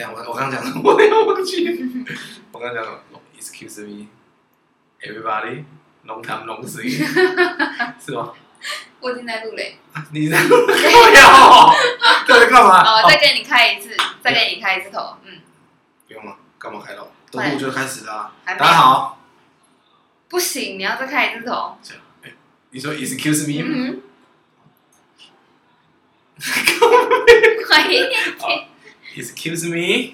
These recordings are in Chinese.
我刚讲什么？我要忘记。我刚讲 Excuse me, everybody, long time no see， 是吗？ 我已经在录嘞。 你在录？不要，这在干嘛？ 哦，再给你开一次，再给你开一次头。 不用了，干嘛开头？都录就开始啦。 大家好。 不行，你要再开一次头。 你说 Excuse me？ 快一点。 Excuse me,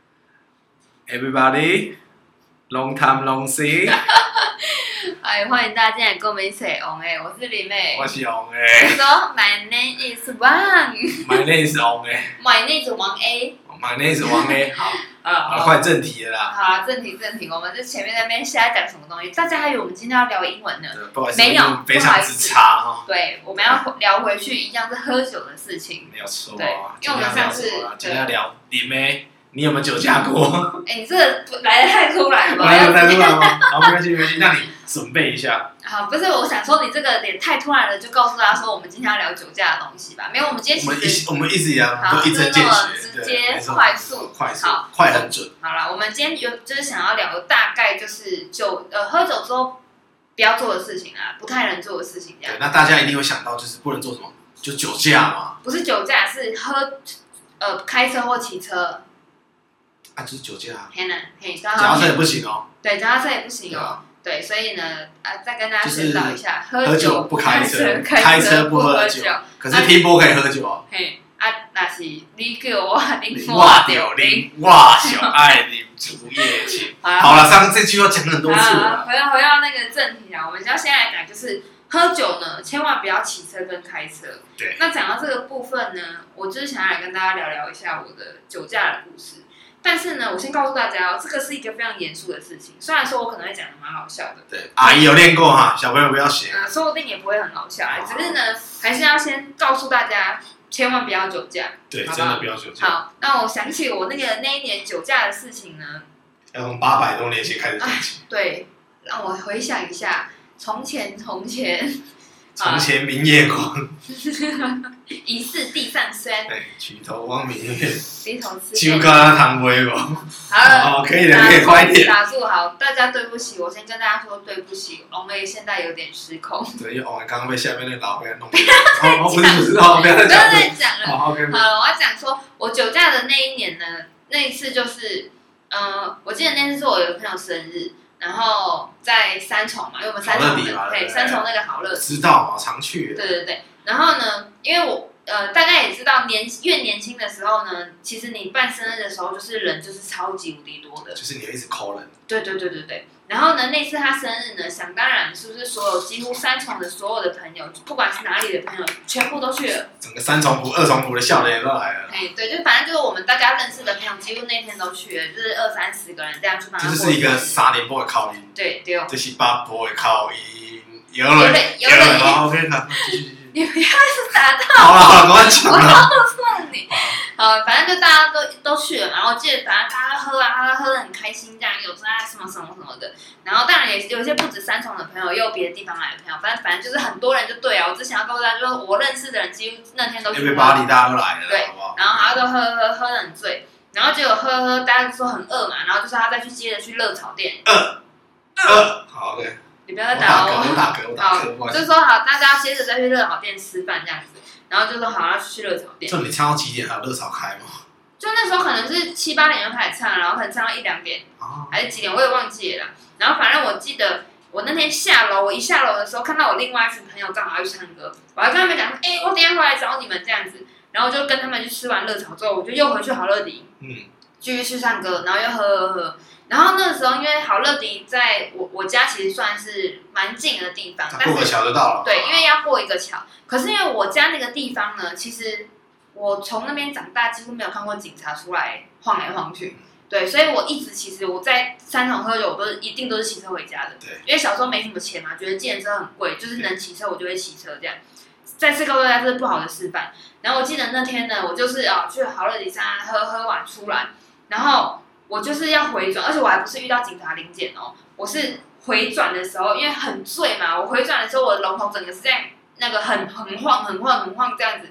everybody, long time no see。 哎，欢迎大家进来跟我们一起玩诶，我是林妹。 我是王诶。 你说 My name is Wang。My name is 王诶。 My name is 王 A。My name is 王 A。好。好，快正题了啦。 好，正题。我们这前面在那边现在讲什么东西？大家还以为我们今天要聊英文呢。 不好意思， 没有， 非常之差哦。 对，我们要聊回去，一样是喝酒的事情。 没有错。 对，因为我们上次今天要聊林妹，你有没有酒驾过？ 你这个来的太突然了吧？ 来的太突然吗？好，没关系，那你准备一下。 好，不是，我想说你这个点太突然了，就告诉大家说我们今天要聊酒驾的东西吧。没有，我们今天我们一直以来都一针见血， 直接快速， 好，快很准。 好了，我们今天就是想要聊的大概就是喝酒之后不要做的事情啊，不太能做的事情这样。 对，那大家一定会想到就是不能做什么，就酒驾嘛。 不是酒驾，是开车或骑车。 啊，就是酒驾。 脚踏车也不行哦。 对，脚踏车也不行哦。对，所以呢，再跟大家宣导一下， 喝酒不开车， 开车不喝酒。可是听播可以喝酒哦。 那是你叫我啉， 我就啉，我上爱啉竹叶青。好了，上这句话讲很多次了。 回到那个正题啊，我们要先来讲，就是喝酒呢，千万不要骑车跟开车。 对。 那讲到这个部分呢，我就是想要来跟大家聊一下我的酒驾的故事。但是呢，我先告诉大家哦，这个是一个非常严肃的事情。虽然说我可能会讲的蛮好笑的， 对，阿姨有练过哈，小朋友不要学。 说不定也不会很好笑，只是呢，还是要先告诉大家，千万不要酒驾。 对，真的不要酒驾。 好，那我想起我那一年酒驾的事情呢， 要从800多年前开始讲起。 对，让我回想一下，从前。 从前明月光， 疑似地上霜。 举头望明月， 低头吃酒干倘卖无。 好了， 可以了，可以快一点。 打住，好，大家对不起，我先跟大家说对不起，王妹现在有点失控。 对，因为王妹刚刚被下面那个老被弄。不是，不要再讲了。好了，我要讲说，我酒驾的那一年呢，那一次就是，我记得那次是我有个朋友生日。然后在三重嘛，因为我们三重对三重那个好乐知道嘛，常去。 对。然后呢，因为我大家也知道，越年轻的时候呢，其实你办生日的时候，就是人就是超级无敌多的， 就是你会一直 call 人。 对。然后呢，那次他生日呢，想当然是不是所有几乎三重的所有的朋友，不管是哪里的朋友，全部都去了。 整个三重埔、二重埔的校园都来了。 对，就反正就是我们大家认识的朋友，几乎那天都去了，就是20-30个人这样去帮他过。 这就是一个3连播的考音。 对。 这是8波的考音。有人。 OK， 好，继续。 你不要是打到我。好了，我讲了。 我告诉你，反正就大家都去了嘛。然后记得反正大家喝得很开心，这样有在什么的。然后当然也有一些不止三重的朋友，也有别的地方来的朋友。反正就是很多人就对啊。我只想要告诉大家，就是我认识的人几乎那天都去。 巴黎大家都来了， 对，然后他都喝得很醉，然后结果喝，大家就说很饿嘛，然后就说他再接着去热炒店。 好 ，OK。 你不要再打我。 我打嗝。 就是说好，大家接着再去热炒店吃饭这样子，然后就说好要去热炒店。 就你唱到几点还有热炒开吗？ 就那时候可能是7-8点就开始唱，然后可能唱到1-2点，还是几点我也忘记了啦。然后反正我记得我那天下楼，我一下楼的时候看到我另外一群朋友刚好要去唱歌，我还跟他们讲说，我等一下回来找你们这样子。然后就跟他们去吃完热炒之后，我就又回去好乐迪，继续去唱歌，然后又喝。然后那个时候，因为好乐迪在我家其实算是蛮近的地方， 过个桥就到了。 对，因为要过一个桥。可是因为我家那个地方呢，其实我从那边长大，几乎没有看过警察出来晃来晃去。对，所以我一直其实我在三重喝酒，我一定都是骑车回家的。 对， 因为小时候没什么钱嘛，觉得计程车很贵，就是能骑车我就会骑车这样。再次告诉大家，这是不好的示范。然后我记得那天呢，我就是去好乐迪山喝完出来，然后我就是要回转，而且我还不是遇到警察临检哦，我是回转的时候，因为很醉嘛，我回转的时候我的龙头整个是在那个很晃这样子，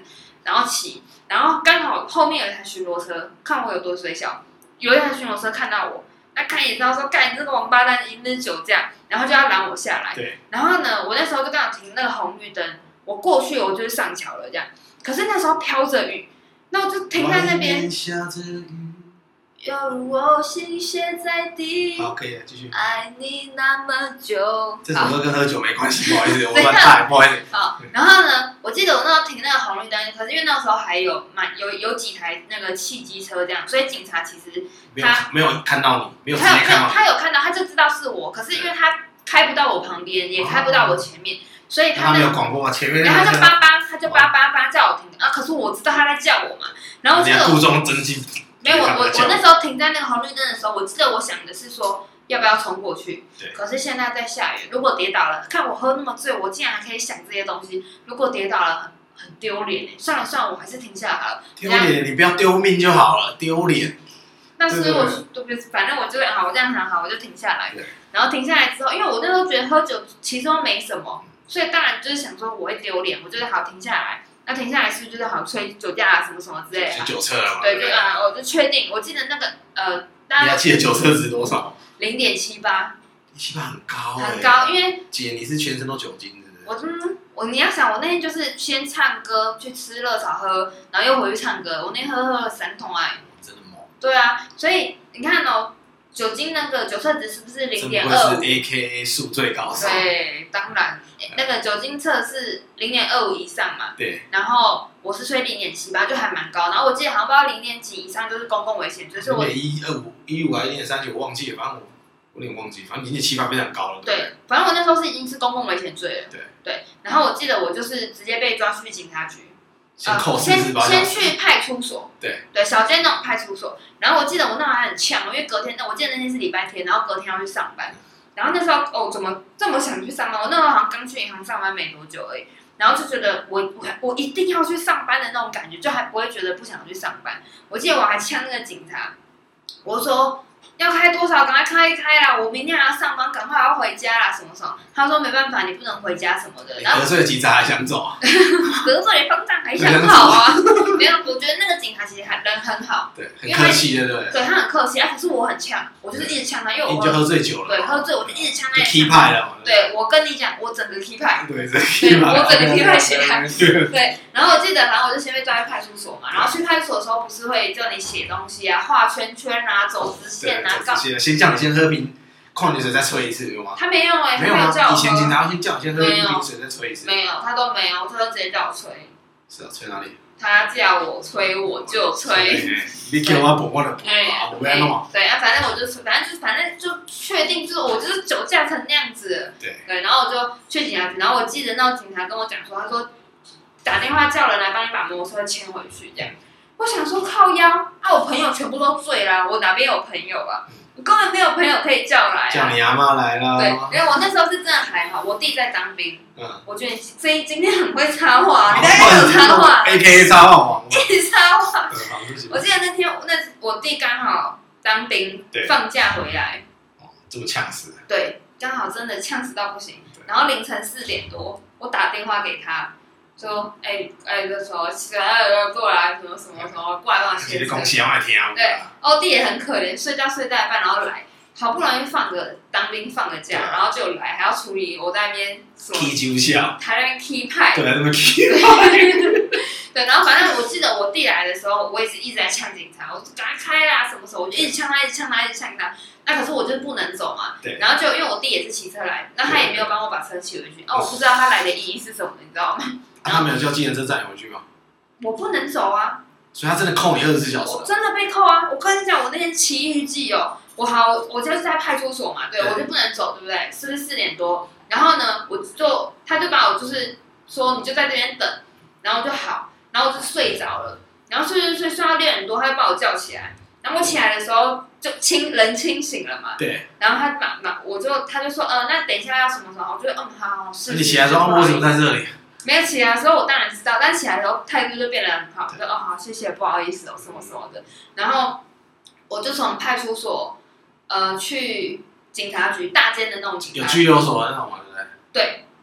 然后骑，然后刚好后面有一台巡逻车，看我有多水小，有一台巡逻车看到我，那看也知道说，干你这个王八蛋，一定是酒驾，然后就要拦我下来。 对。 然后呢，我那时候就刚好停那个红绿灯，我过去我就是上桥了这样。可是那时候飘着雨，那我就停在那边。 下着雨。 犹如我心血在地。 好，可以了，继续。 爱你那么久。 这首歌跟喝酒没关系，不好意思，我乱带，不好意思。 好，然后呢，我记得我那时候停那个红绿灯，可是因为那时候还有有几台那个汽机车这样，所以警察其实没有看到你，没有直接看到你。 他有看到，他就知道是我，可是因为他开不到我旁边，也开不到我前面，所以他没有广播嘛，前面然后他就叭叫我停啊，可是我知道他在叫我嘛，然后我记得故中真心。 没有，我那时候停在那个红绿灯的时候，我记得我想的是说要不要冲过去。 对。 可是现在在下雨，如果跌倒了，看我喝那么醉，我竟然还可以想这些东西。如果跌倒了，很丢脸。算了，我还是停下来了。 丢脸，你不要丢命就好了，丢脸。 那所以我反正我就好，我这样很好，我就停下来。然后停下来之后，因为我那时候觉得喝酒其实都没什么，所以当然就是想说我会丢脸，我就是好停下来。那停下来是不是就是好吹酒驾什么什么之类的？ 是酒测了嘛？ 对，我就确定，我记得那个你还记得酒测值多少 ？0.78。 1.78很高很高，因为姐你是全身都酒精的。 我你要想，我那天就是先唱歌去吃热炒喝，然后又回去唱歌，我那天喝了3桶哎。 真的猛。 对啊，所以你看哦。酒精那个酒测值是不是0.25？ 是 AKA 宿醉高手。 对，当然，那个酒精测是0.25以上嘛。 对。 然后我是吹0.78，就还蛮高。然后我记得好像不知道0点几以上就是公共危险，就是我 0.125还是0.39，我忘记了，反正我有点忘记，反正0.78非常高了。 对，反正我那时候是已经是公共危险罪了。对。然后我记得我就是直接被抓去警察局。 先去派出所，对，小街那种派出所。然后我记得我那还很呛，因为隔天，我记得那天是礼拜天，然后隔天要去上班。然后那时候怎么这么想去上班？我那时候好像刚去银行上班没多久而已，然后就觉得我一定要去上班的那种感觉，就还不会觉得不想去上班。我记得我还呛那个警察，我说要开多少，赶快开一开啦！我明天还要上班，赶快要回家啦，什么什么。他说没办法，你不能回家什么的。然后得罪了警察还想走啊？ 得罪方丈还想跑啊？没有，我觉得那个警察其实人很好， 对，很客气的，对。 对他很客气，可是我很呛，我就是一直呛他，因为我就喝醉酒了。 对，喝醉我就一直呛他。 key 派了嘛？ 对，我跟你讲，我整个 key 派。 对， 我整个 key 派起来。对，然后我记得，然后我就先被抓去派出所嘛，然后去派出所的时候不是会叫你写东西啊，画圈圈啊，走直线啊， 先叫你先喝瓶矿泉水再吹一次，有吗？ 他没有没有叫我。 以前警察先叫你先喝一瓶水再吹一次。 没有，他都没有，他都直接叫我吹。 是啊，吹哪里？ 他叫我吹，我就吹。 你叫我补，我就补，不要弄。 对啊，反正我就反正就确定，就是我就是酒驾成那样子。 对， 然后我就去警察局，然后我记得那个警察跟我讲说，他说打电话叫人来帮你把摩托车牵回去，这样。我想说靠腰啊，我朋友全部都醉啦，我哪边有朋友啊？我根本没有朋友可以叫来。 叫你阿妈来啦。 对，因为我那时候是真的还好，我弟在当兵。我觉得你今天很会插话，你刚才有插话。 AKA 插话王。 一直插话。我记得那天我弟刚好当兵，放假回来。 这么呛死。 对，刚好真的呛死到不行。然后凌晨4点多，我打电话给他。说就说起来过来什么过来帮我签字。 对，欧弟也很可怜，睡到一半，然后来，好不容易当兵放个假，然后就来，还要处理我在那边踢酒校， 他那边踢派， 对，那边踢派。 对，然后反正我记得我弟来的时候，我也是一直在呛警察，我说赶快开啦什么什么，我就一直呛他。那可是我就是不能走嘛，然后就因为我弟也是骑车来，那他也没有帮我把车骑回去，我不知道他来的意义是什么，你知道吗？ 他没有叫计程车载你回去吗？ 我不能走啊！ 所以他真的扣你24小时。 我真的被扣啊！我跟你讲，我那天奇遇记哦，我就是在派出所嘛，对我就不能走，对不对？是不是4点多？然后呢，他就把我就是说你就在这边等，然后就好，然后我就睡着了，然后睡到6点多，他就把我叫起来，然后我起来的时候就人清醒了嘛， 对， 然后他就说那等一下要什么时候？我就好，是。 你起来说我为什么在这里？ 没有起来的时候，我当然知道，但起来的时候态度就变得很好，就好，谢谢，不好意思什么什么的。然后我就从派出所去警察局大间的那种警察局。 有拘留所的那种嘛，对不对？ 对，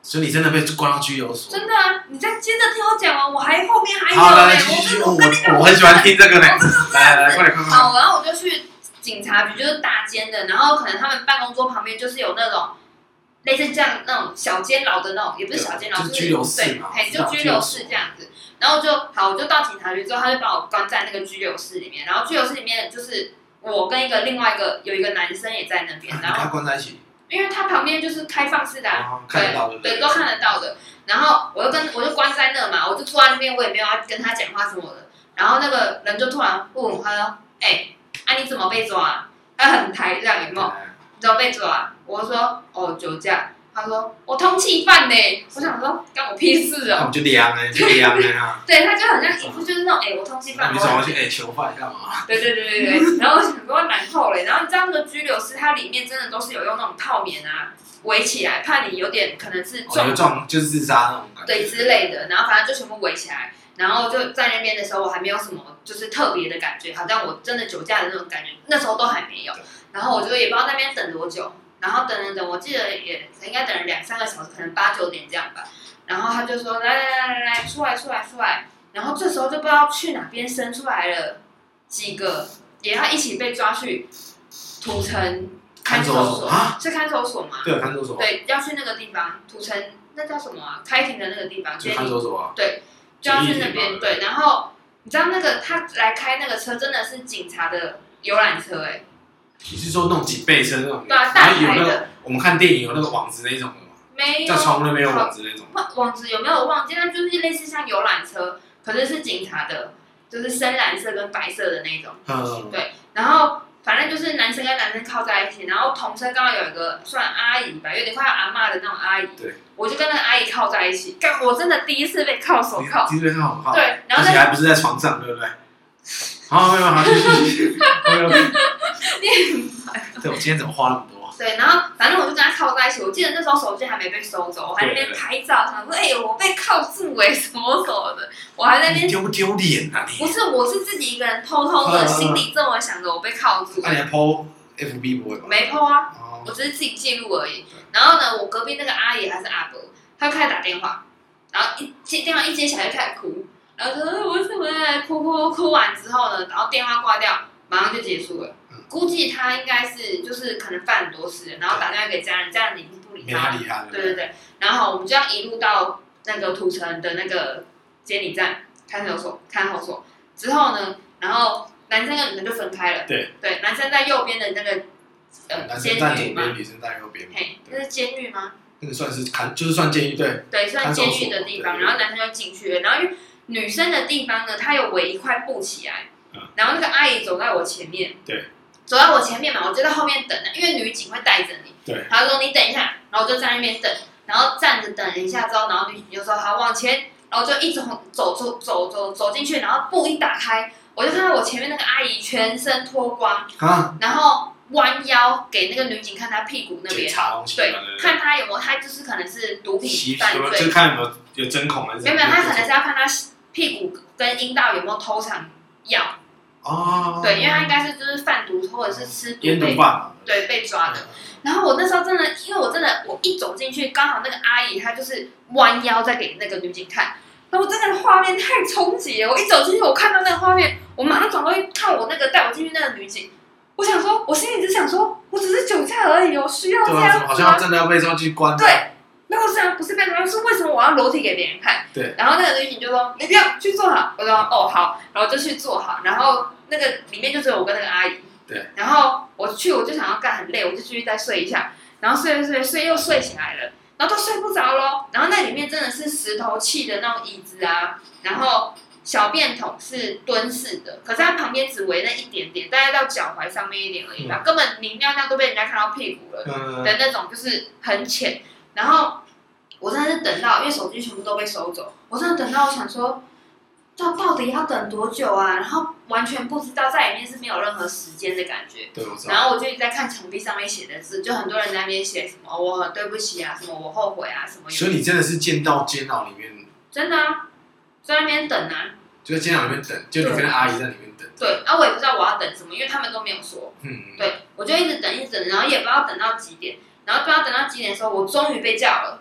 所以你真的被关到拘留所？ 真的啊！你再接着听我讲完，我还后面还有好，来呢。 继续， 我我很喜欢听这个呢。来，快点，快点。 好，然后我就去警察局，就是大间的，然后可能他们办公桌旁边就是有那种类似这样那种小监牢的那种，也不是小监牢， 就是拘留室嘛， 对，就拘留室这样子。然后我就到警察局之后，他就把我关在那个拘留室里面，然后拘留室里面就是我跟另外有一个男生也在那边，然后关在一起。 因为他旁边就是开放式的、 看得到的， 对，都看得到的。然后我就关在那嘛，我就坐在那边，我也没有要跟他讲话什么的。然后那个人就突然问我，他说：“你怎么被抓？”他很台这样，有没有？你怎么被抓？我说：“哦，酒驾。”他说：“我通缉犯呢。”我想说，干我屁事哦！ 我就凉哎，就凉哎啊！ 对，他就很像一副就是那种我通缉犯。 你怎么去囚犯干嘛？ 对。然后我想说然后嘞，然后你知道那个拘留室，它里面真的都是有用那种套棉啊围起来，怕你有点可能是撞就是自杀那种感觉。 对之类的，然后反正就全部围起来。然后就在那边的时候，我还没有什么就是特别的感觉，好像我真的酒驾的那种感觉，那时候都还没有。然后我就也不知道在那边等多久。然后等，我记得也应该等了2-3个小时，可能8、9点这样吧。然后他就说来，出来。然后这时候就不知道去哪边生出来了几个，也要一起被抓去土城看守所啊？ 是看守所吗？ 对，看守所。 对，要去那个地方，土城那叫什么啊？开庭的那个地方， 就看守所啊。 对，就要去那边。对，然后你知道那个他来开那个车真的是警察的游览车你是说那种警备车那种？ 对啊，大台的。 我们看电影有那个网子那种的吗？ 没有。 在窗户那边有网子那种。 网子有没有忘记？但就是类似像游览车，可是是警察的，就是深蓝色跟白色的那种。对，然后反正就是男生跟男生靠在一起，然后同车刚好有一个算阿姨吧，有点快要阿嬷的那种阿姨。 对。我就跟那个阿姨靠在一起，我真的第一次被铐手铐。 第一次被铐手铐。 对，然后而且还不是在床上，对不对？好，没有，好，继续。 你很烦。 对，我今天怎么话那么多？ 对，然后反正我就跟他靠在一起。我记得那时候手机还没被收走，我还在那边拍照，想说我被铐住什么的，我还在那边。 丢不丢脸啊你？ 不是，我是自己一个人偷偷的，心里这么想着，我被铐住。 那你还 po FB 不会吧？ 没 po 啊，我只是自己记录而已。然后呢，我隔壁那个阿姨还是阿伯，她就开始打电话，然后电话一接起来就开始哭，然后说我什么哭完之后呢，然后电话挂掉，马上就结束了。估计他应该是就是可能犯很多事，然后打电话给家人，家人已经不理他。对。然后我们就要一路到那个土城的那个监理站看守所之后呢，然后男生跟女生就分开了。对，男生在右边的那个监狱嘛， 女生在右边。 嘿，那是监狱吗？ 那个算是就是算监狱，对。 对，算监狱的地方，然后男生就进去了，然后因为女生的地方呢，它有围一块布起来，然后那个阿姨走在我前面。对。走在我前面嘛，我就在后面等了，因为女警会带着你。对。他说你等一下，然后我就在那边等，然后站着等一下之后，然后女警就说好往前，然后就一直走进去，然后布一打开，我就看到我前面那个阿姨全身脱光，然后弯腰给那个女警看她屁股那边，对，看她有没有，她就是可能是毒品犯罪， 就看有针孔还是？ 没有，她可能是要看她屁股跟阴道有没有偷藏药。对，因为他应该是就是贩毒或者是吃毒被抓的。然后我那时候真的，因为我一走进去，刚好那个阿姨她就是弯腰在给那个女警看，然后真的画面太冲击了。我一走进去，我看到那个画面，我马上转过去看我那个带我进去那个女警，我想说，我心里只想说，我只是酒驾而已，我需要这样子吗？ 好像真的要被抓去关。 对。那个虽然不是被抓，是为什么我要裸体给别人看？对。然后那个女警就说：“你不要去做好。”我说：“哦好。”然后就去做好。然后那个里面就只有我跟那个阿姨。对。然后我就想要干很累，我就继续再睡一下。然后睡又睡起来了，然后都睡不着咯。然后那里面真的是石头砌的那种椅子啊，然后小便桶是蹲式的，可是它旁边只围那一点点，大概到脚踝上面一点而已吧，根本你尿尿都被人家看到屁股了的那种，就是很浅。然后我真的是等到，因为手机全部都被收走，我真的等到我想说，到底要等多久啊？然后完全不知道，在里面是没有任何时间的感觉。对，我知道。然后我就一直在看墙壁上面写的字，就很多人在那边写什么我很对不起啊，什么我后悔啊，什么。 所以你真的是进到监牢里面？ 真的啊，在那边等啊。 就在监牢里面等，就你跟阿姨在里面等。 对，然后我也不知道我要等什么，因为他们都没有说。对，我就一直等，然后也不知道等到几点。然后不知道等到几点的时候，我终于被叫了，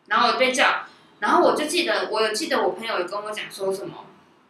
然后我被叫，然后我就记得我朋友有跟我讲说什么，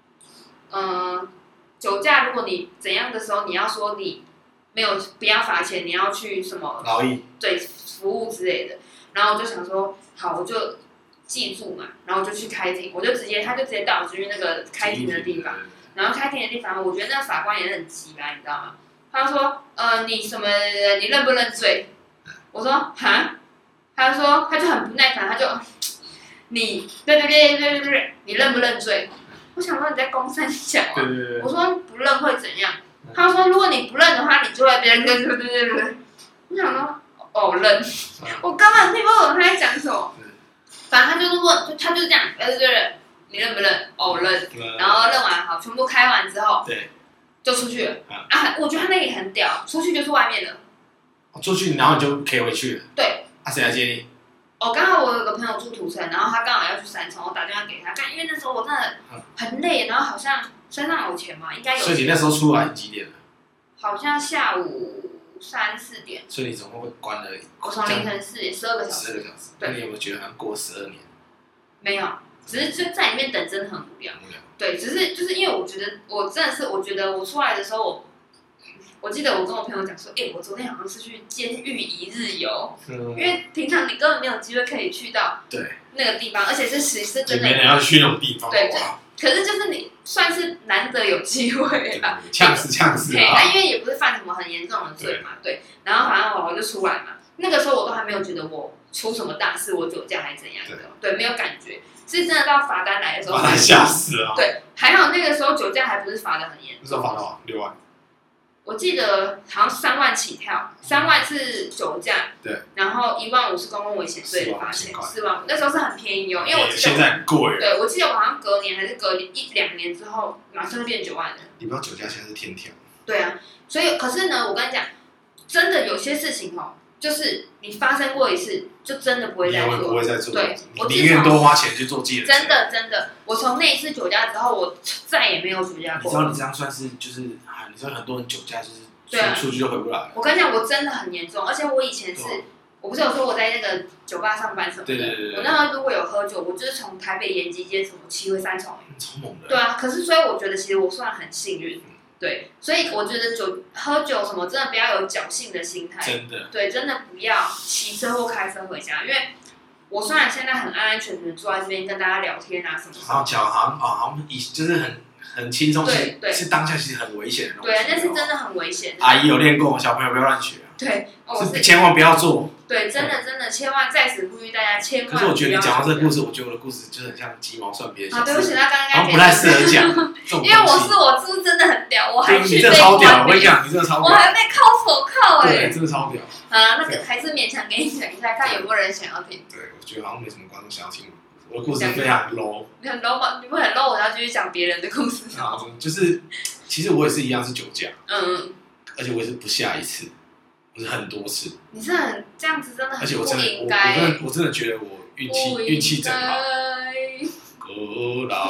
酒驾如果你怎样的时候，你要说你没有不要罚钱，你要去什么劳役对服务之类的，然后我就想说好，我就记住嘛，然后就去开庭，他就直接带我去那个开庭的地方，然后开庭的地方，我觉得那个法官也很急吧，你知道吗？他说你什么你认不认罪？我说哈，他说他就很不耐烦，他就你对，你认不认罪？我想说你在公三小啊，我说不认会怎样？他说如果你不认的话，你就会对，我想说哦认，我根本听不懂他在讲什么。反正他就是问，他就是这样，对，你认不认？哦认，然后认完好，全部开完之后， 对， 就出去了。我觉得他那个也很屌，出去就是外面的。 出去然后你就可以回去了。 对。 谁来接你？ 刚好我有个朋友住土城，然后他刚好要去三重，我打电话给他，因为那时候我真的很累，然后好像身上有钱嘛，应该有钱。 所以你那时候出来几点了？ 好像下午3、4点。 所以你总共被关了？ 我从凌晨4点12个小时。 12个小时。那你有没有觉得好像过12年？ 没有，只是就在里面等真的很无聊。对，就是因为我觉得我真的是，我觉得我出来的时候我记得我跟我朋友讲说，我昨天好像是去监狱一日游，因为平常你根本没有机会可以去到那个地方，而且是真的没人要去那种地方。 对，可是就是你算是难得有机会啦， 呛死因为也不是犯什么很严重的罪嘛，对。然后反正我就出来嘛，那个时候我都还没有觉得我出什么大事，我酒驾还是怎样的，对，没有感觉。是真的到罚单来的时候， 把他吓死了。 对，还好那个时候酒驾还不是罚的很严重。 那时候罚到6万。 我记得好像3万起跳，3万是酒驾， 对， 然后1万5是公共危险罪的罚钱，4万5，那时候是很便宜哦，因为我记得现在很贵。 对，我记得我好像隔年还是隔1、2年之后，马上就变9万了。 你不知道酒驾现在是天条。 对啊，所以可是呢，我跟你讲，真的有些事情就是你发生过一次，就真的不会再做， 不会再做。 对， 我宁愿多花钱去做计程车。 真的，我从那一次酒驾之后，我再也没有酒驾过。 你知道你这样算是就是你知道很多人酒驾就是出去就回不来了。 我跟你讲，我真的很严重，而且我以前是，我不是有说我在那个酒吧上班什么的， 对。 我那时候如果有喝酒，我就是从台北延吉街什么骑回3重， 超猛的。 对啊，可是所以我觉得其实我算很幸运。对，所以我觉得喝酒什么真的不要有侥幸的心态， 真的， 对，真的不要骑车或开车回家，因为我虽然现在很安安全全坐在这边跟大家聊天啊什么， 然后脚好像就是很轻松， 对， 是当下其实很危险的东西， 对，那是真的很危险。 阿姨有练过，小朋友不要乱学， 对， 是千万不要做。 对，真的，千万在此呼吁大家，千万不要。 可是我觉得你讲到这个故事，我觉得我的故事就是很像鸡毛蒜皮的。 对不起，他刚刚好像不太适合讲， 因为我是不是真的很屌？我还去你这超屌！我跟你讲，你这超屌！ 我还被铐手铐对，真的超屌。 那个还是勉强给你讲一下，看有没有人想要听。 对，我觉得好像没什么观众想要听我的故事，非常 low。 你很 low 吗？你不很 low，我要继续讲别人的故事。 就是，其实我也是一样是酒驾，而且我也是不下一次。我是很多次， 你是很这样子，真的很不应该。我真的觉得我运气真好。哥老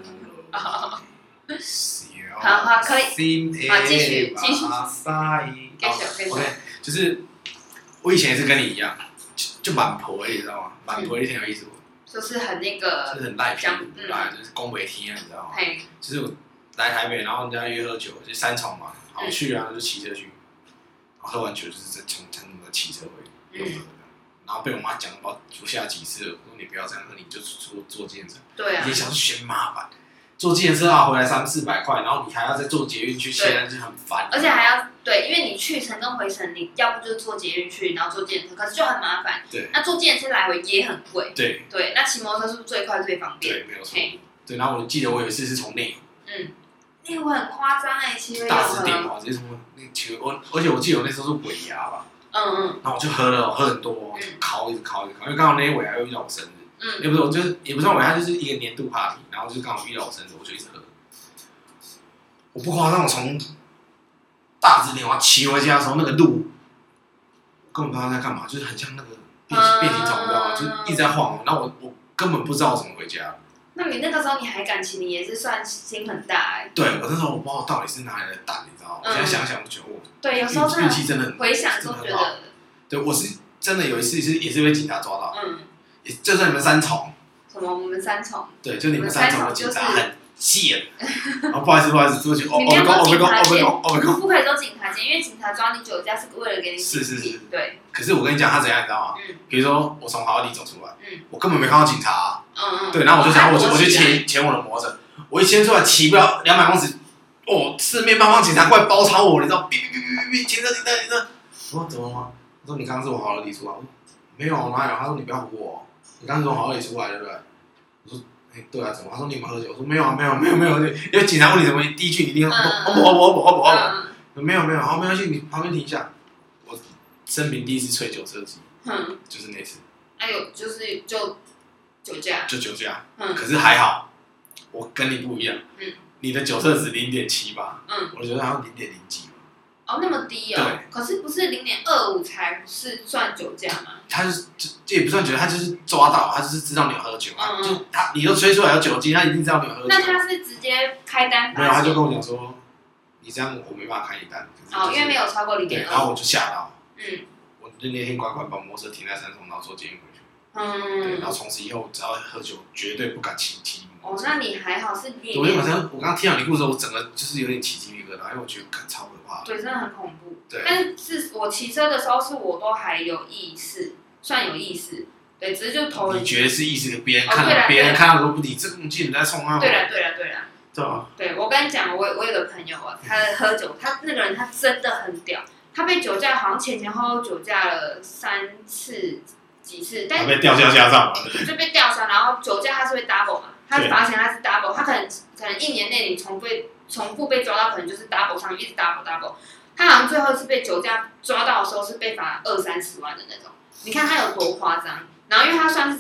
好，可以，好，继续。 OK， 就是我以前也是跟你一样，就蛮婆的，你知道吗？蛮婆的挺有意思的。 就是很那个， 就是很赖皮，就是恭维天，你知道吗？就是我来台北，然后人家约喝酒，就3重嘛，好去啊，就骑车去。喝完酒就是在从骑车回，然后被我妈讲不下几次了，我说你不要这样，你就坐计程车。 对啊。 你想嫌麻烦，坐计程车回来300-400块，然后你还要再坐捷运去，现在就很烦。 而且还要对，因为你去程跟回程，你要不就是坐捷运去，然后坐计程车，可是就很麻烦。 对。 那坐计程车来回也很贵。 对。 对，那骑摩托车是不是最快最方便？ 对，没有错。对，然后我记得我有一次是从内湖。 内湖很夸张骑回大致点直接从那骑而且我记得我那时候是尾牙吧。然后我就喝很多，一直烤，因为刚好那天尾牙又遇到我生日。也不是，我就是也不算尾牙，就是一个年度 party， 然后就是刚好遇到我生日，我就一直喝。我不夸张，我从大直点我骑回家的时候，那个路根本不知道在干嘛，就是很像那个变形虫，你知道吗？就是一直在晃，然后我根本不知道我怎么回家。 那你那个时候你还敢骑，你也是算心很大对，我那时候我不知道到底是哪里的胆，你知道吗？我现在想想，我觉得我对，有时候运气真的回想都觉得， 对，我是真的有一次也是被警察抓到。 就算你们三重。 什么？我们三重？ 对，就你们三重的警察很贱。不好意思，对不起，我不可以都警察监，因为警察抓你酒驾是为了给你是， 对。 可是我跟你讲，他怎样，你知道吗？比如说我从好好地走出来，我根本没看到警察，对，然后我就想，我就牵我的摩托车，我一牵出来骑不了200公尺，四面八方警察过来包抄我，你知道？哔，警察！我说怎么了吗？我说你刚刚是我好好地出来，我说没有哪有？他说你不要唬我，你刚刚是从好好地出来，对不对？我说对啊，怎么？他说你有没有喝酒？我说没有啊，没有，因为警察问你什么，第一句你一定我没有，好，没关系，你旁边停一下。我生平第一次吹酒车机，就是那次。 就是就酒驾。就酒驾，可是还好，我跟你不一样，你的酒测值0.7吧，我觉得好像0.0几。 那么低哦。对。可是不是0.25才是算酒驾吗？ 他这也不算酒驾，他就是抓到，他就是知道你有喝酒就你都吹出来有酒精，他一定知道你有喝酒。 那他是直接开单？ 没有，他就跟我讲说，你这样我没办法开你单。 因为没有超过0.2。 对，然后我就吓到，我就那天乖乖把摩托车停在三重，然后坐捷运回去。对，然后从此以后只要喝酒，绝对不敢骑摩托车。 那你还好是你。 我刚刚听到你故事，我整个就是有点起鸡皮疙瘩，因为我觉得超可怕。 对，真的很恐怖。 对。 但是我骑车的时候我都还有意识，算有意识。对，只是就头。 你觉得是意识？别人看到说你这么近，你在冲他。 对了。 对啊。 对，我跟你讲，我有个朋友啊，他喝酒，他那个人他真的很屌，他被酒驾，好像前后酒驾了3次。几次，但是被吊销驾照嘛， 就被吊销，然后酒驾他是会 double 嘛，他罚钱他是 double， 他可能1年内你重复被抓到，可能就是 double 上一直 double， 他好像最后一次被酒驾抓到的时候是被罚20-30万的那种，你看他有多夸张。然后因为他算是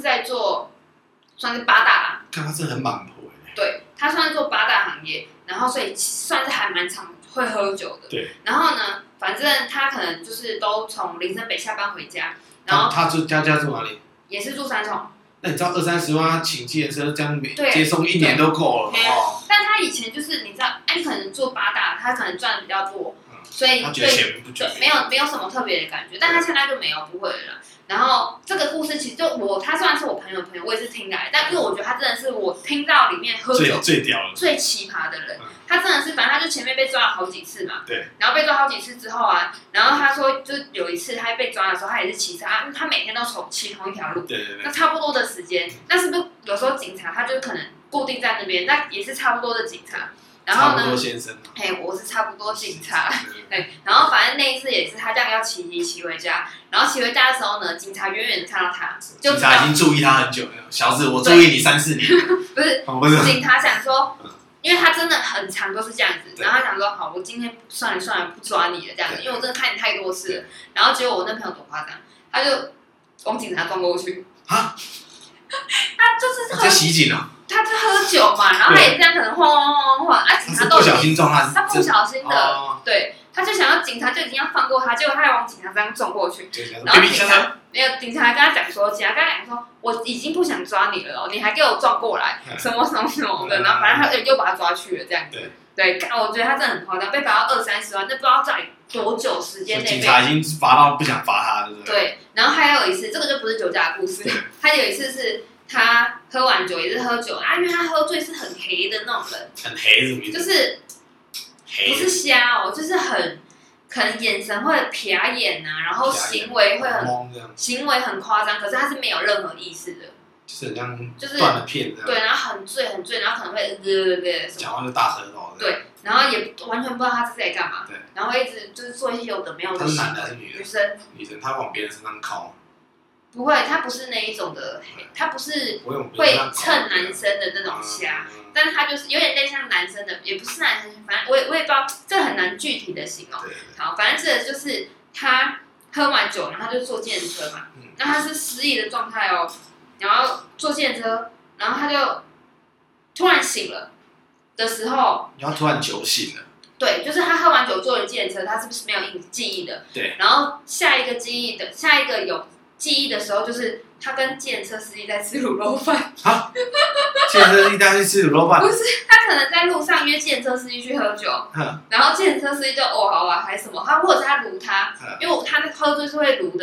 8大啦， 看他真的很满婆对，他算是做8大行业，然后所以算是还蛮常会喝酒的。 对， 然后呢，反正他可能就是都从林森北下班回家。然后他家住哪里？ 也是住三重。 那你知道20-30万，他请计程车这样接送1年都够了但他以前就是你知道，你可能做8大，他可能赚的比较多，所以他觉得钱不对没有什么特别的感觉。但他现在就没有，不会了。然后这个故事其实他虽然是我朋友的朋友，我也是听来，但因为我觉得他真的是我听到里面喝酒最屌的、 最奇葩的人。他真的是，反正他就前面被抓了好几次嘛， 对。 然后被抓好几次之后啊，然后他说，就有一次他被抓的时候，他也是骑车他每天都骑同一条路， 对。 那差不多的时间，那是不是有时候警察他就可能固定在那边，那也是差不多的警察。然后呢， 差不多先生， 我是差不多警察，对。然后反正那一次也是他这样要骑回家，然后骑回家的时候呢，警察远远的看到他， 警察已经注意他很久了，小子，我注意你3-4年。 不是，警察想说。因为他真的很常都是这样子，然后他想说好，我今天算了，不抓你了这样子，因为我真的看你太多次了。然后结果我那朋友多夸张，他就往警察撞过去。他就是在袭警啊！ 他就喝酒嘛，然后他也这样可能晃警察都不小心撞他不小心的，对，他就想要警察就已经要放过他，结果他还往警察这样撞过去，然后警察跟他讲说，我已经不想抓你了，你还给我撞过来，什么的，然后反正他又把他抓去了这样子。对，我觉得他真的很夸张，被罚到20-30万，那不知道在多久时间内。 警察已经罚到不想罚他，对不对？ 对，然后还有一次，这个就不是酒驾的故事，他有一次是他喝完酒也是喝酒因为他喝醉是很黑的那种人， 很黑什么意思？ 就是不是瞎就是很。可能眼神会瞟眼然后行为很夸张，可是他是没有任何意识的， 就是很像断了片这样。 对，然后很醉，然后可能会讲话就大舌头。 对，然后也完全不知道他是在干嘛。 对， 然后一直就是做一些有的没有的。 他是男的还是女的？ 女生，他往别人身上靠。 不会，他不是那一种的，他不是会蹭男生的那种瞎，但是他就是有点类像男生的，也不是男生，反正我也不知道，这很难具体的形容。好，反正这个就是他喝完酒，然后他就坐计程车嘛，那他是失忆的状态然后坐计程车，然后他就突然醒了的时候， 然后突然酒醒了。 对，就是他喝完酒坐了计程车，他是不是没有记忆的？ 对， 然后下一个有记忆的时候，就是他跟计程车司机在吃卤肉饭。 计程车司机带他去吃卤肉饭？ 不是，他可能在路上约计程车司机去喝酒，然后计程车司机就好啊，还是什么，或者是他撸他，因为他的喝醉是会撸的，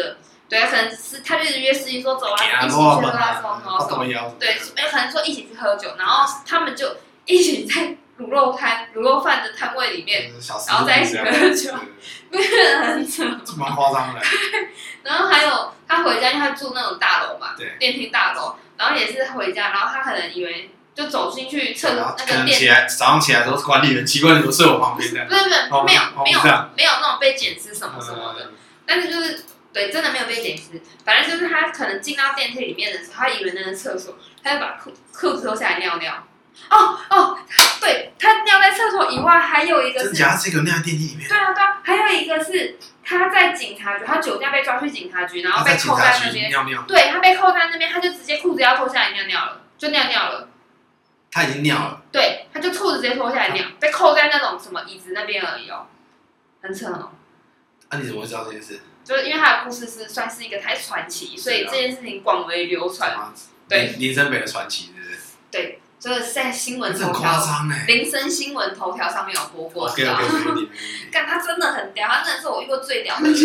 对，可能是他就是约司机说走啊，一起去喝啊什么，对，可能说一起去喝酒，然后他们就一起在卤肉饭的摊位里面，然后在一起喝酒，那个很扯， 这蛮夸张的。 然后还有他回家，因为他住那种大楼嘛，电梯大楼，然后也是回家，然后他可能以为就走进去厕所那个电梯， 早上起来都是管理员，奇怪你怎么睡我旁边的？ 不是，没有那种被捡尸什么什么的，但是就是对，真的没有被捡尸，反正就是他可能进到电梯里面的时候，他以为那是厕所，他就把裤子脱下来尿尿。对，他尿在厕所以外，还有一个是， 真假？这个尿在电梯里面。 对啊，还有一个是他在警察局，他酒驾被抓去警察局，然后被扣在那边。 尿对，他被扣在那边，他就直接裤子要脱下来尿尿了，就尿了。 他已经尿了。 对，他就裤子直接脱下来尿，被扣在那种什么椅子那边而已哦，很扯哦。 你怎么会知道这件事？ 就是因为他的故事算是一个太传奇，所以这件事情广为流传。对， 林森北的传奇，是不是？ 对。就是在新闻头条， 林森新闻头条上面有播过。干他真的很屌，他真的是我遇过最屌的人。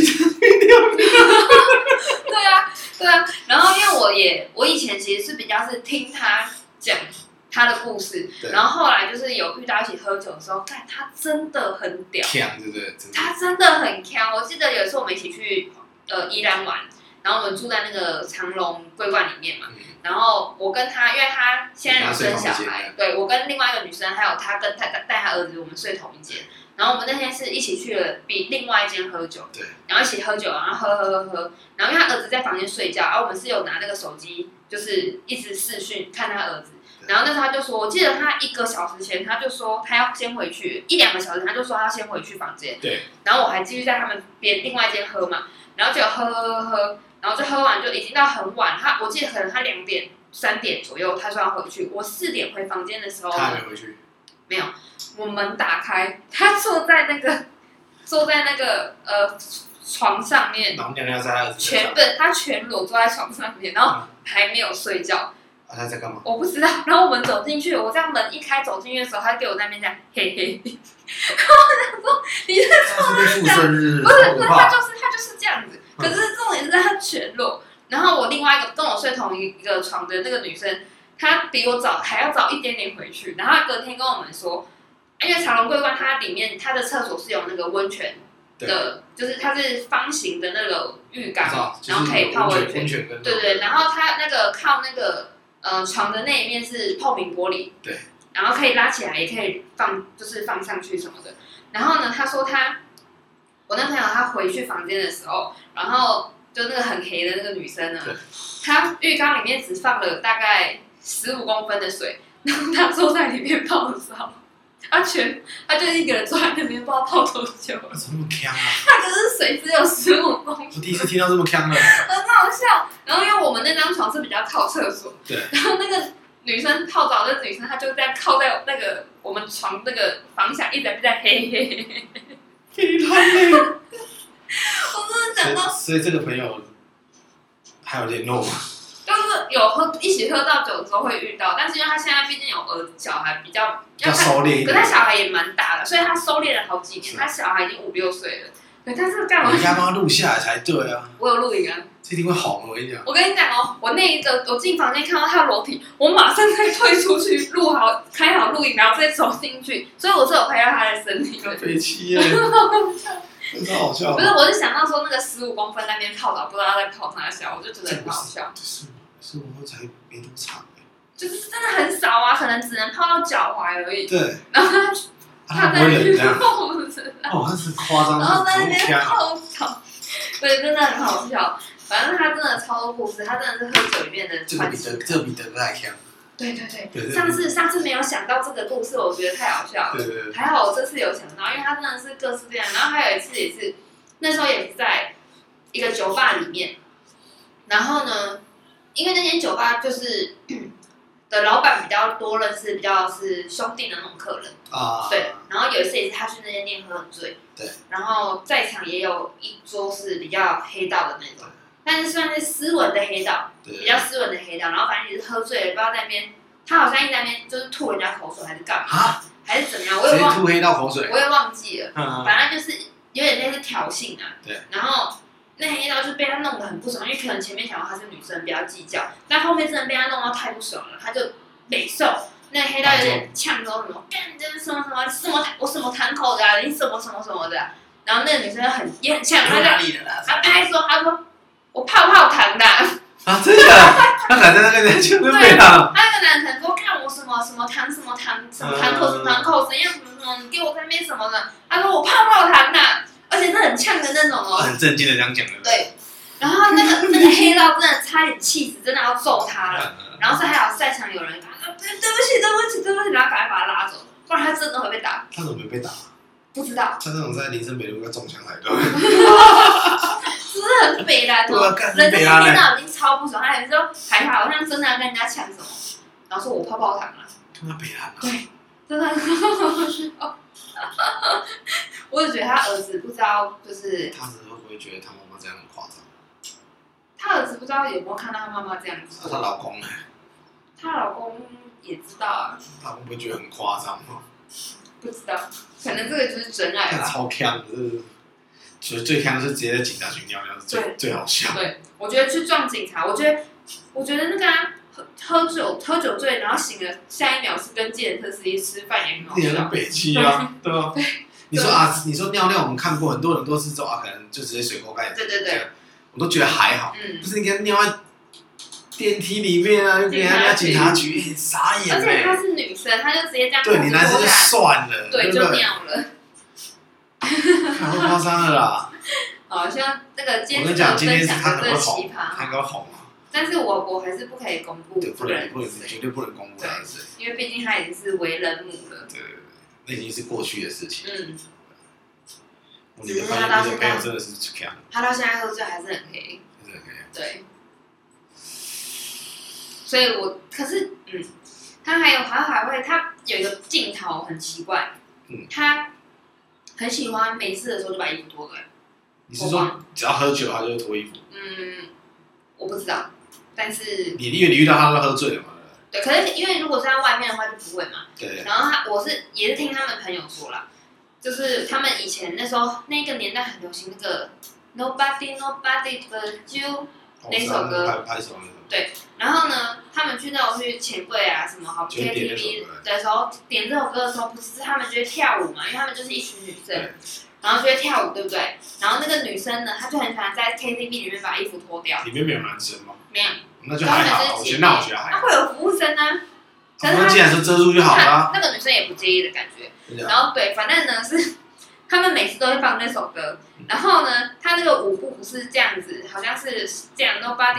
对啊。然后因为我以前其实是比较是听他讲他的故事，然后后来就是有遇到一起喝酒的时候，干他真的很屌， 对不对？ 他真的很强。我记得有一次我们一起去宜兰玩。然后我们住在那个长隆桂冠里面嘛，然后我跟他，因为他现在有生小孩，对我跟另外一个女生，还有他跟他带他儿子，我们睡同一间。然后我们那天是一起去了比另外一间喝酒，对，然后一起喝酒，然后喝，然后因为他儿子在房间睡觉，然后我们是有拿那个手机，就是一直视讯看他儿子。然后那时候他就说，我记得他1个小时前他就说他要先回去，1、2个小时他就说他要先回去房间，对。然后我还继续在他们另外一间喝嘛，然后就喝。然后就喝完就已经到很晚，我记得可能他2点3点左右，他说要回去。我4点回房间的时候， 他还没回去， 没有。我门打开，他坐在那个床上面， 然后尿在他儿子他全裸坐在床上面，然后还没有睡觉。 他在干嘛？ 我不知道。然后我们走进去，我这样门一开走进去的时候，他给我在那边这样嘿嘿。然后我想说你是附身是不是，他就是这样子。可是重点是他全裸，然后我另外一个跟我睡同一个床的那个女生，她比我还要早一点点回去，然后她隔天跟我们说，因为长隆桂冠它里面它的厕所是有那个温泉的，就是它是方形的那个浴缸，然后可以泡温泉，对，然后它那个靠那个床的那一面是透明玻璃，对，然后可以拉起来，也可以放上去什么的。然后呢，他说我那朋友他回去房间的时候，然后就那个很黑的那个女生呢，她浴缸里面只放了大概15公分的水，然后她坐在里面泡澡，她就一个人坐在那边，不知道泡多久了。 怎么那么强啊？ 她可是水只有15公分。 我第一次听到这么强的。 很好笑。然后因为我们那张床是比较靠厕所，对，然后那个女生泡澡的女生，她就在靠在那个我们床那个房下，一直在嘿。我真的讲到， 所以这个朋友还有联络吗？ 就是有一起喝到酒之后会遇到，但是因为他现在毕竟有小孩，比较收敛一点， 可他小孩也蛮大的，所以他收敛了好几年，他小孩已经5、6岁了。对，但是干嘛？ 你应该帮他录下来才对啊！ 我有录影啊， 这一定会红。我跟你讲， 我我进房间看到他的裸体，我马上再退出去开好录影，然后再走进去，所以我是有拍到他的身体的。 飞机耶！真的好笑。 不是，我是想到说那个15公分那边泡澡，不知道他在泡哪小，我就觉得很好笑。 15公分才没多长， 就是真的很少啊，可能只能泡到脚踝而已。 对。 然后他在那边泡着，他是夸张， 然后在那边泡澡，对，真的很好笑。反正他真的超多故事，他真的是喝酒里面的传奇。 这比德哥还强。 对，上次没有想到这个故事，我觉得太好笑了。对，还好我这次有想到，因为他真的是各式各样。然后还有一次也是，那时候也是在一个酒吧里面，然后呢，因为那间酒吧就是的老板比较多认识，比较是兄弟的那种客人啊。对，然后有一次也是他去那间店喝很醉，对，然后在场也有一桌是比较黑道的那种。但是算是斯文的黑道，比较斯文的黑道，然后反正也是喝醉了，不知道在那边，他好像一直在那边就是吐人家口水还是干嘛，还是怎么样，我也吐黑道口水， 我也忘记了，反正就是有点类似挑衅啊。对，然后那黑道就被他弄得很不爽，因为可能前面想到她是女生，不要计较，但后面真的被他弄到太不爽了，他就北受。那黑道有点呛说什么，干这是什么我什么堂口的啊，你什么什么什么的啊，然后那个女生也很呛，她拍说，她说我泡泡糖的啊，真的，他还在那个人就被他， 他那个男生说看我什么什么糖什么糖什么堂口怎样什么什么，你给我在那边什么的，他说我泡泡糖的，而且是很呛的那种哦， 很震惊的这样讲的， 对，然后那个黑道真的差点气死，真的要揍他了，然后是还好在场有人。对不起，然后赶快把他拉走，不然他真的会被打。 他怎么没被打？ 不知道。 他这种在林森北路应该中枪才对。 是不是很北蓝哦？人家听到已经超不爽，他有时候还好像真的要跟人家抢什么，然后说我泡泡糖啊。 他妈北蓝啊！ 对，真的很好笑。我只觉得他儿子不知道，就是他儿子会不会觉得他妈妈这样很夸张？ 他儿子不知道有没有看到他妈妈这样子。 他老公呢？ 她老公也知道啊。 他老公不会觉得很夸张吗？ 不知道，可能这个就是真爱吧。 超强的，最强的是直接在警察局尿尿，是最好笑。 对，我觉得去撞警察，我觉得那个喝酒醉，然后醒了，下一秒是跟计程车司机吃饭也很好笑。 你很北七啊，对吧？你说尿尿，我们看过很多人都是走可能就直接水沟盖。 对， 我都觉得还好。不是你给他尿在电梯里面啊，又给人家警察局，傻眼。 而且她是女生，她就直接这样。 对你男生就算了， 对，就尿了。 太夸张了啦！ 好像那个今天分享的这个奇葩， 他会红啊。 但是我还是不可以公布， 不能，绝对不能公布他是谁， 因为毕竟他已经是为人母了。 对，那已经是过去的事情。 只是他到现在真的是强， 他到现在喝醉还是很黑，对。所以可是他还会，他有一个镜头很奇怪，他很喜欢没事的时候就把衣服脱了。 你是说只要喝酒他就会脱衣服？ 我不知道，但是你遇到他都喝醉了嘛？ 对，可是因为如果是在外面的话就不会嘛。 对。 然后也是听他们朋友说啦，就是他们以前那时候那个年代很流行那个 Nobody But You 那首歌， 拍手那个。 对，然后呢，他们去那种去钱柜啊什么好 KTV 的时候点这首歌的时候，不是他们就会跳舞嘛，因为他们就是一群女生，然后就会跳舞，对不对？然后那个女生呢，她就很喜欢在 KTV 里面把衣服脱掉。 里面没有男生吗？ 没有， 那就还好。我觉得还好。 那会有服务生啊。 那既然是遮住就好了。 那个女生也不介意的感觉。然后对，反正呢是。他们每次都会放那首歌，然后呢，他那个舞步不是这样子，好像是这样 ，Nobody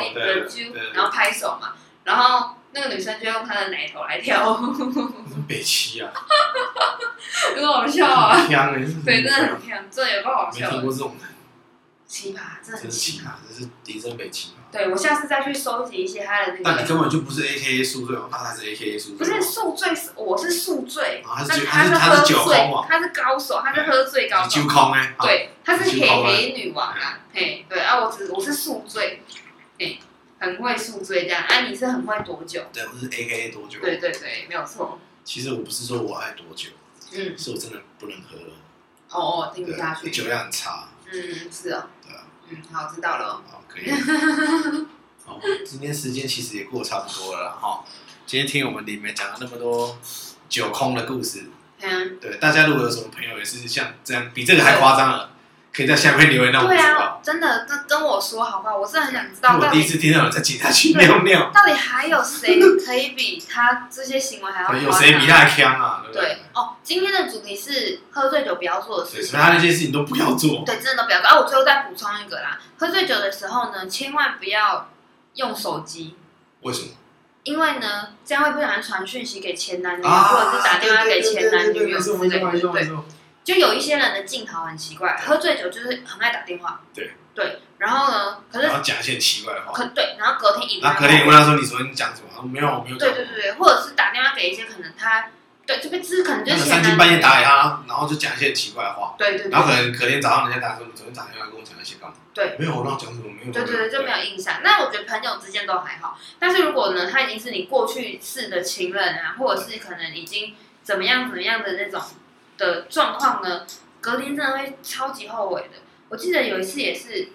But You， 然后拍手嘛，然后那个女生就用她的奶头来跳。 北七啊， 很好笑啊！ 对， 真的很香，真的有够好笑。 没听过这种人。 奇葩，真的很奇葩， 这是迪生北奇葩。 对，我下次再去收集一些他的那个。 但你根本就不是 AKA 宿醉哦，他才是 AKA 宿醉。 不是宿醉，我是宿醉。 他是酒空啊， 他是高手，他是喝醉高手。 酒空哎。 对，他是黑女王啊，嘿，对啊，我是宿醉，嘿，很会宿醉这样啊，你是很会躲酒。 对，我是 AKA 躲酒。 对，没有错。 其实我不是说我爱躲酒，是我真的不能喝了。 哦，听不下去。 酒量很差。 是哦。 对啊。 好，知道了。 好，可以。好，今天时间其实也过得差不多了啦，哈。今天听我们里面讲了那么多酒空的故事，对，大家如果有什么朋友也是像这样，比这个还夸张了，可以在下面留言让我知道。对啊， 真的，跟我说好不好？我真的很想知道。 我第一次听到有人在警察局尿尿， 到底还有谁可以比他这些行为还要夸张？ 有谁比他还强啊？ 对哦，今天的主题是喝醉酒不要做的事情， 所以他那些事情都不要做。 对，真的都不要做。我最后再补充一个啦，喝醉酒的时候呢，千万不要用手机。 为什么？ 因为呢，这样会不小心传讯息给前男女友，或者是打电话给前男女友之类的。对，就有一些人的镜头很奇怪，喝醉酒就是很爱打电话。对，然后呢，可是然后讲一些很奇怪的话。 对，然后隔天然后隔天问他说：“你昨天讲什么？”没有，我没有讲。 对，或者是打电话给一些可能他。对，这边只是可能就是三更半夜打给他，然后就讲一些很奇怪的话。 对。 然后可能隔天早上人家打说：“你昨天打电话跟我讲那些干嘛？” 对。 没有，我让我讲什么没有。 对，就没有印象。那我觉得朋友之间都还好，但是如果呢，他已经是你过去式的情人啊，或者是可能已经怎么样的那种的状况呢，隔天真的会超级后悔的。我记得有一次也是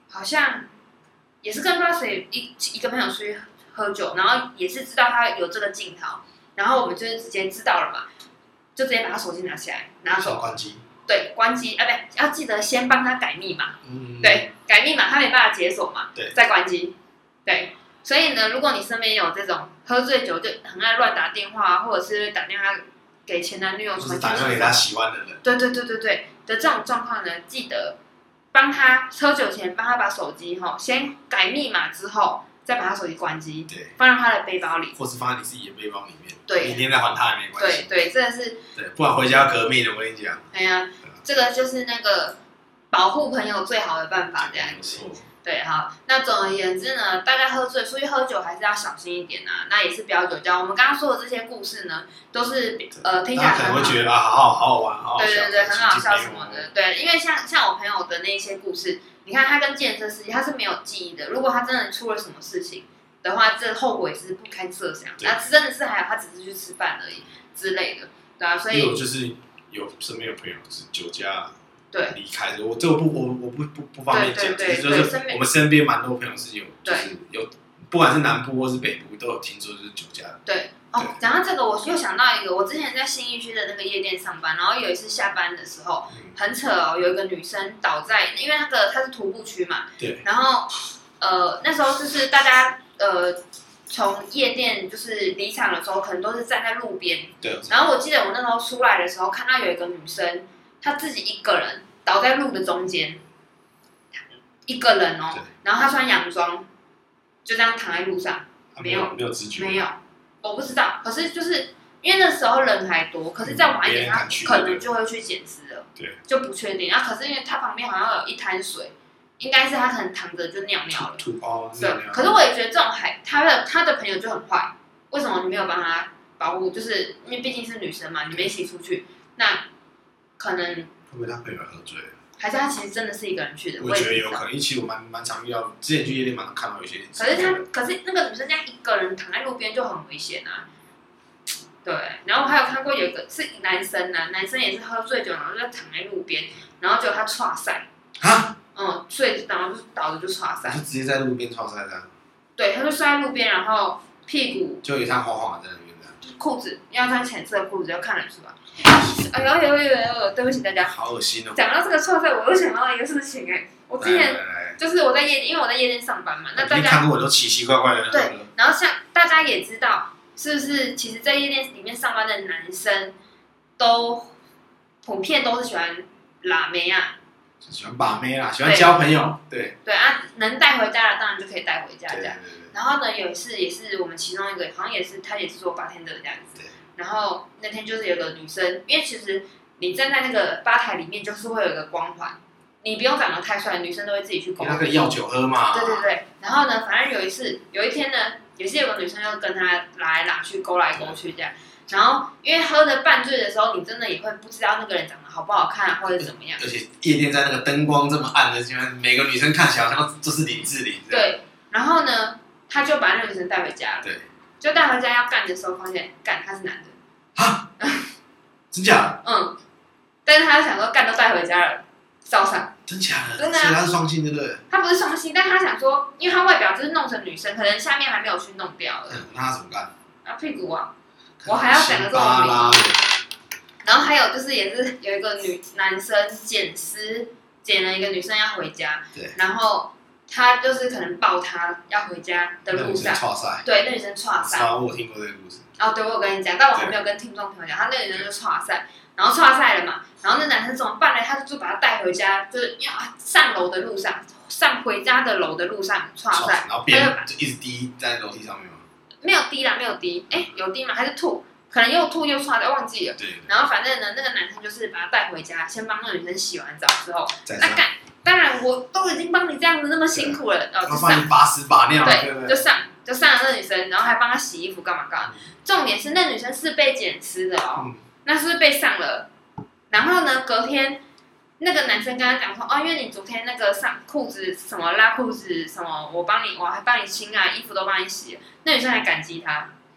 好像也是跟不知道谁一个朋友出去喝酒，然后也是知道他有这个镜头，然后我们就是直接知道了嘛，就直接把他手机拿起来，拿走关机。 对，关机啊，对，要记得先帮他改密码。对，改密码他没办法解锁嘛， 对， 再关机。对，所以呢，如果你身边有这种喝醉酒就很爱乱打电话，或者是打电话给前男女友传打电话给他喜欢的人， 对的这种状况呢，记得帮他喝酒前帮他把手机先改密码之后，再把他手机关机， 对， 放在他的背包里， 或是放在你自己的背包里面， 对， 明天再还他也没关系。 对，真的是， 对，不然回家要革命的，我跟你讲。 哎呀，这个就是那个保护朋友最好的办法，这样子。对，好，那总而言之呢，大家出去喝酒还是要小心一点啊。那也是不要酒驾。我们刚刚说的这些故事呢，都是听起来很好， 可能会觉得好好玩，好好笑， 对，很好笑什么的。对，因为像我朋友的那些故事，你看他跟计程车司机他是没有记忆的。如果他真的出了什么事情的话，这后果也是不堪设想。那真的是还有他只是去吃饭而已之类的，对啊。所以我就是身边有朋友是酒驾。 对， 离开的我不方便讲，就是我们身边蛮多朋友是就是有，不管是南部或是北部都有听说就是酒驾的。 对哦，讲到这个，我又想到一个，我之前在信义区的那个夜店上班，然后有一次下班的时候，很扯哦，有一个女生倒在，因为它是徒步区嘛， 对， 然后那时候就是大家从夜店就是离场的时候，可能都是站在路边， 对， 然后我记得我那时候出来的时候，看到有一个女生。他自己一个人倒在路的中间，一个人哦，然后他穿洋装，就这样躺在路上，没有知觉， 没有，我不知道。可是就是因为那时候人还多，可是再晚一点他可能就会去捡尸了， 对， 就不确定。可是因为他旁边好像有一滩水，应该是他可能躺着就尿尿了，对。可是我也觉得这种他的朋友就很坏，为什么你没有帮他保护？就是因为毕竟是女生嘛，你们一起出去，那。可能会不会他朋友喝醉了？ 还是他其实真的是一个人去的？ 我觉得有可能，因为其实我蛮常遇到，之前去夜店蛮常看到有些。 可是那个女生这样一个人躺在路边就很危险啊。对，然后还有看过有一个是男生啊，男生也是喝醉酒，然后就躺在路边，然后结果他剉赛。 啊？ 睡然后就倒着就剉赛。 就直接在路边剉赛的。 对，他就摔在路边，然后屁股就有像晃晃在那边的。 裤子要穿浅色的裤子，要看得出来。哎呦，对不起大家， 好恶心哦！ 讲到这个剉赛，我又想到一个事情我之前就是我在夜店，因为我在夜店上班嘛，那大家看过很多奇奇怪怪的。 对，然后像大家也知道，是不是？其实，在夜店里面上班的男生，都普遍都是喜欢拉妹啊， 喜欢把妹啦，喜欢交朋友，对啊，能带回家的当然就可以带回家这样。 对。 然后呢，有一次也是我们其中一个，好像他也是做bartender的这样子。然后那天就是有个女生，因为其实你站在那个吧台里面，就是会有一个光环，你不用长得太帅，女生都会自己去勾。 那个要酒喝嘛。 对。然后呢，反正有一天呢，也是有个女生要跟他拉来拉去，勾来勾去这样。然后因为喝的半醉的时候，你真的也会不知道那个人长得好不好看，或者怎么样。 而且夜店在那个灯光这么暗的情况，每个女生看起来好像都是林志玲。 对。然后呢，他就把那个女生带回家了。 对。 就带回家要干的时候，发现干他是男的。 啊？真假的？ 但是他想说干都带回家了，照上。 真假的？ 真的。 所以他是双性，对不对？ 他不是双性，但他想说，因为他外表就是弄成女生，可能下面还没有去弄掉了。 那他怎么干？ 屁股啊！我还要讲个这种理由。然后还有就是，也是有一个男生捡了一个女生要回家， 对， 然后他就是可能抱她要回家的路上，对，那女生剉赛。 我听过这个故事。 对，我有跟你讲，但我还没有跟听众朋友讲，他那个女生就剉赛，然后剉赛了嘛，然后那男生怎么办呢？他就把她带回家，就是要上楼的路上，上回家的楼的路上剉赛， 然后就一直滴在楼梯上面吗？ 没有滴啦，没有滴，有滴吗？还是吐？可能又吐又剉的，忘记了。 对。 然后反正呢，那个男生就是把她带回家，先帮那个女生洗完澡之后， 那当然我都已经帮你这样子那么辛苦了， 就帮你把屎把尿， 对，就上了那女生，然后还帮她洗衣服干嘛干嘛。重点是那女生是被捡吃的那是不是被上了？然后呢，隔天那个男生跟他讲说，因为你昨天那个上裤子什么拉裤子什么，我还帮你清啊，衣服都帮你洗了。那女生还感激他。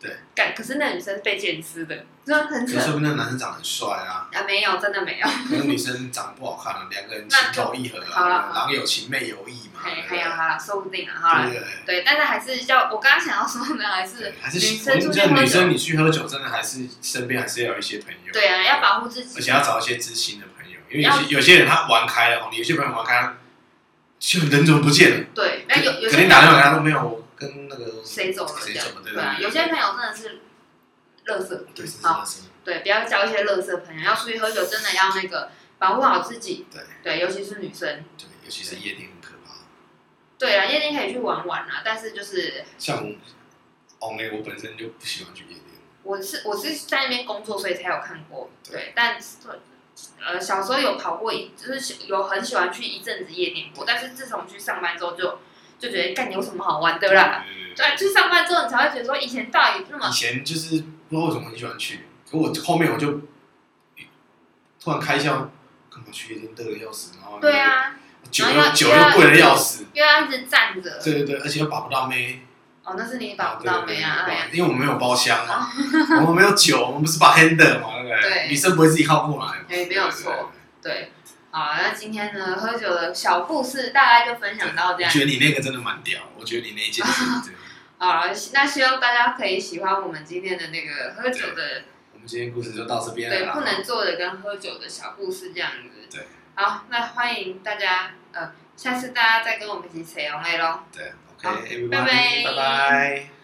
对， 可是那女生是被奸尸的，真的很扯。 说不定那男生长得很帅啊。 没有，真的没有。 可能女生长得不好看啊，两个人情投意合啊，郎有情妹有意嘛。 好啦，说不定啊，好了。对，但是还是要我刚刚想要说的，还是女生出去喝酒。 女生你去喝酒，真的还是身边还是要有一些朋友。 对啊，要保护自己， 而且要找一些知心的朋友，因为有些人他玩开了，有些朋友玩开了，就人怎么不见了？ 对，那有些肯定打电话给他都没有。跟那个谁走了？ 对啊，有些朋友真的是垃圾， 对，是垃圾。对，不要交一些垃圾朋友。要出去喝酒，真的要那个保护好自己。对，尤其是女生。 对，尤其是夜店很可怕。 对啊，夜店可以去玩玩啊，但是就是像我本身就不喜欢去夜店。 我是在那边工作，所以才有看过。对，但小时候有跑过就是有很喜欢去一阵子夜店过，但是自从去上班之后就觉得干有什么好玩的啦？对，去上班之后你才会觉得说以前到底这么…… 以前就是不知道为什么很喜欢去，可我后面我就突然开窍，干嘛去夜店热的要死，然后对啊， 酒又贵的要死， 又要一直站着， 对，而且又把不到妹。 哦，那是你把不到妹啊！ 因为我们没有包厢啊，我们没有酒，我们不是 bartender 嘛，对不对？女生不会自己靠过来。 没有错，对。好，那今天呢，喝酒的小故事大概就分享到这样。 我觉得你那个真的蛮屌，我觉得你那一件是真的。 好，那希望大家可以喜欢我们今天的那个喝酒的。 我们今天故事就到这边了。 对，不能做的跟喝酒的小故事这样子。 对。 好，那欢迎大家，下次大家再跟我们一起扯红 A 咯。 对 ，OK， 拜拜。 拜拜。